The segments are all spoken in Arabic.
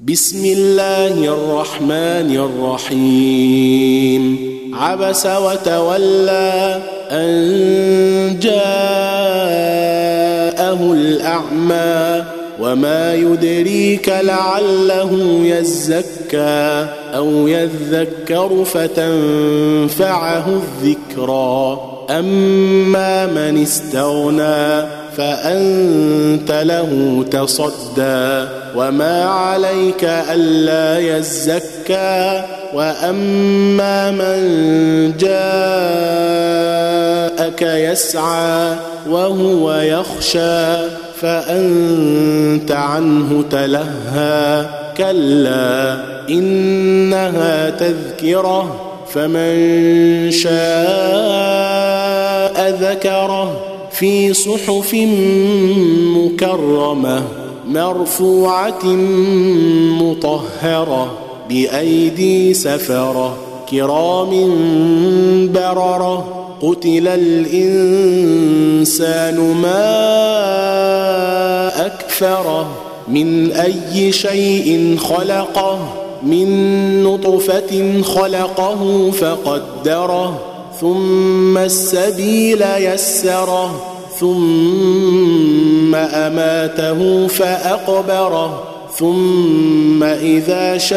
بسم الله الرحمن الرحيم عبس وتولى أن جاءه الأعمى وما يدريك لعله يزكى أو يذكر فتنفعه الذكرى أما من استغنى فأنت له تصدى وما عليك ألا يزكى وأما من جاءك يسعى وهو يخشى فأنت عنه تلهى كلا إنها تذكرة فمن شاء ذكره في صحف مكرمة مرفوعة مطهرة بأيدي سفرة كرام بررة قتل الإنسان ما أكفره من أي شيء خلقه من نطفة خلقه فقدره ثم السبيل يسره ثم أماته فأقبره ثم إذا شاء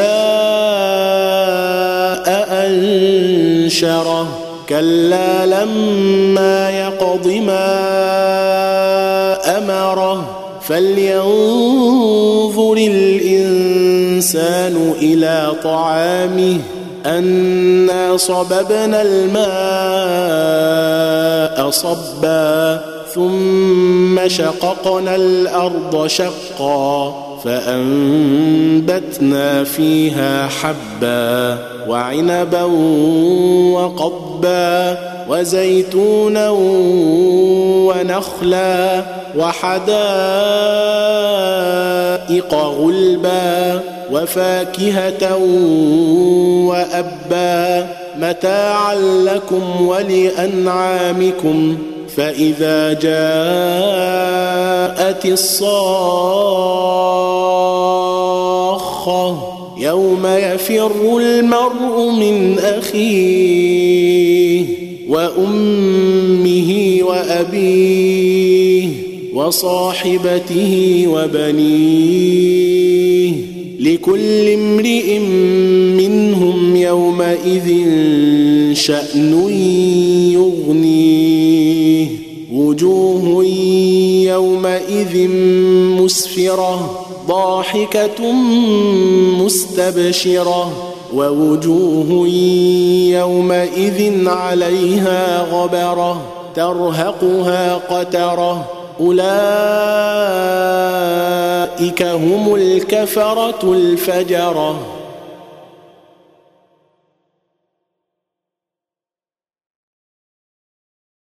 أنشره كلا لما يقض ما أمره فلينظر الإنسان إلى طعامه أنا صببنا الماء صبا ثم شققنا الأرض شقا فأنبتنا فيها حبا وعنبا وقضبا وزيتونا ونخلا وحدائق غلبا وفاكهة وأبا متاعا لكم ولأنعامكم فإذا جاءت الصاخة يوم يفر المرء من أخيه وأمه وأبيه وصاحبته وبنيه لكل امرئ منهم يومئذ شأن يغنيه وجوه يومئذ مسفرة ضاحكة مستبشرة ووجوه يومئذ عليها غبرة ترهقها قترة أولئك هم الكفرة الفجرة.